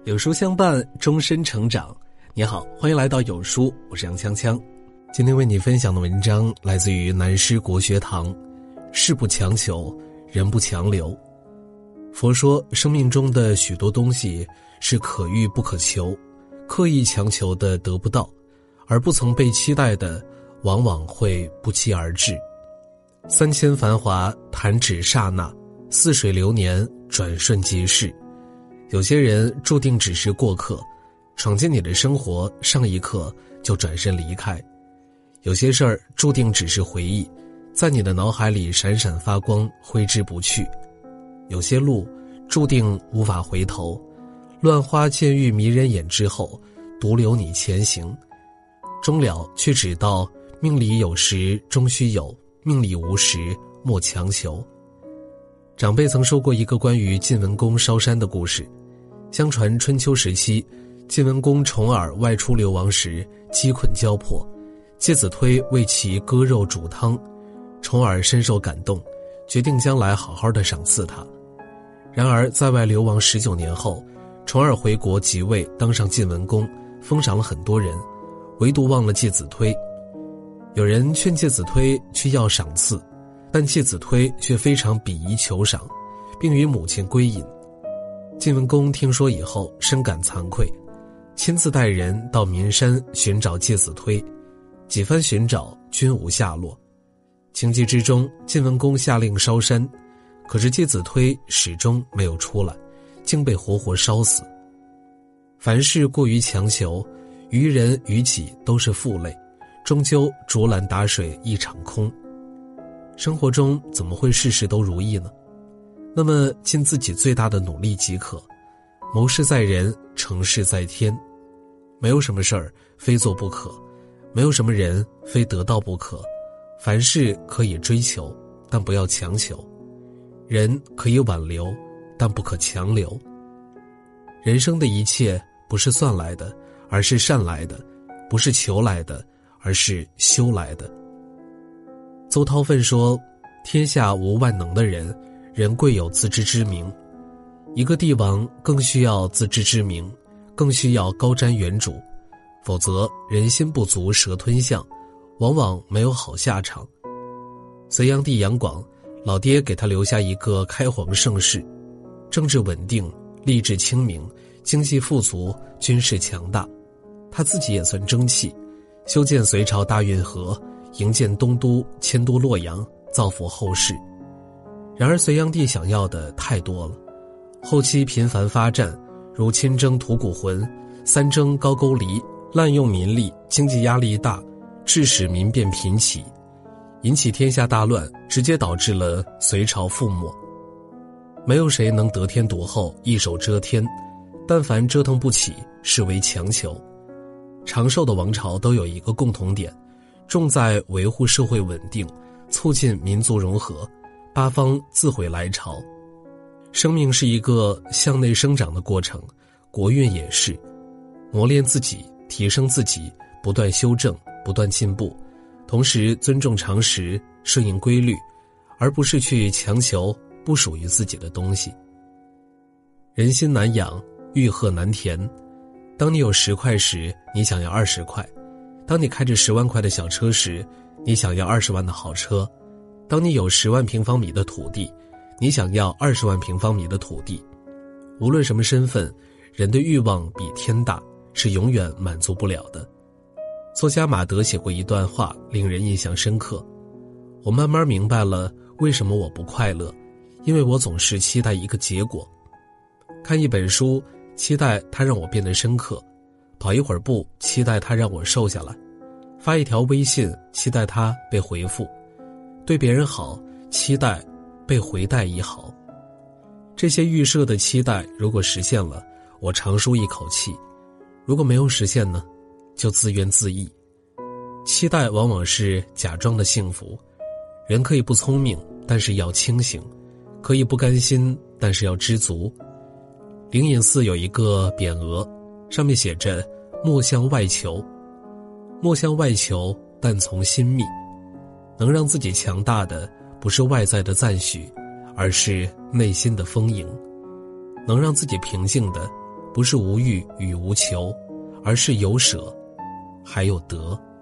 有书相伴，终身成长。你好，欢迎来到有书，我是杨锵锵。今天为你分享的文章来自于南师国学堂。事不强求，人不强留。佛说，生命中的许多东西是可遇不可求，刻意强求的得不到，而不曾被期待的往往会不期而至。三千繁华弹指刹那，似水流年转瞬即逝。有些人注定只是过客，闯进你的生活，上一刻就转身离开。有些事儿注定只是回忆，在你的脑海里闪闪发光，挥之不去。有些路注定无法回头，乱花渐欲迷人眼之后，独留你前行。终了却只道命里有时终须有，命里无时莫强求。长辈曾说过一个关于晋文公烧山的故事。相传春秋时期，晋文公重耳外出流亡时饥困交迫，介子推为其割肉煮汤，重耳深受感动，决定将来好好的赏赐他。然而在外流亡19年后，重耳回国即位，当上晋文公，封赏了很多人，唯独忘了介子推。有人劝介子推去要赏赐，但介子推却非常鄙夷求赏，并与母亲归隐。晋文公听说以后深感惭愧，亲自带人到岷山寻找介子推，几番寻找均无下落。情急之中，晋文公下令烧山，可是介子推始终没有出来，竟被活活烧死。凡事过于强求，于人于己都是负累，终究竹篮打水一场空。生活中怎么会事事都如意呢？那么尽自己最大的努力即可，谋事在人，成事在天。没有什么事儿非做不可，没有什么人非得到不可。凡事可以追求，但不要强求。人可以挽留，但不可强留。人生的一切不是算来的，而是善来的；不是求来的，而是修来的。邹韬奋说，天下无万能的人，人贵有自知之明。一个帝王更需要自知之明，更需要高瞻远瞩，否则人心不足蛇吞象，往往没有好下场。隋炀帝杨广，老爹给他留下一个开皇盛世，政治稳定，吏治清明，经济富足，军事强大。他自己也算争气，修建隋朝大运河，营建东都，迁都洛阳，造福后世。然而隋炀帝想要的太多了，后期频繁发战，如亲征吐谷浑、三征高句丽，滥用民力，经济压力大，致使民变频起，引起天下大乱，直接导致了隋朝覆没。没有谁能得天独厚，一手遮天，但凡折腾不起，视为强求。长寿的王朝都有一个共同点，重在维护社会稳定，促进民族融合，八方自毁来朝。生命是一个向内生长的过程，国运也是。磨练自己，提升自己，不断修正，不断进步，同时尊重常识，顺应规律，而不是去强求不属于自己的东西。人心难养，欲壑难填。当你有10块时，你想要20块；当你开着10万块的小车时，你想要20万的好车；当你有10万平方米的土地，你想要20万平方米的土地。无论什么身份，人的欲望比天大，是永远满足不了的。作家马德写过一段话，令人印象深刻。我慢慢明白了为什么我不快乐，因为我总是期待一个结果。看一本书，期待它让我变得深刻；跑一会儿步，期待它让我瘦下来；发一条微信，期待它被回复；对别人好，期待被回带一好。这些预设的期待如果实现了，我长舒一口气；如果没有实现呢，就自怨自艾。期待往往是假装的幸福。人可以不聪明，但是要清醒；可以不甘心，但是要知足。灵隐寺有一个匾额，上面写着莫向外求。莫向外求，但从心觅。能让自己强大的不是外在的赞许，而是内心的丰盈。能让自己平静的不是无欲与无求，而是有舍，还有得。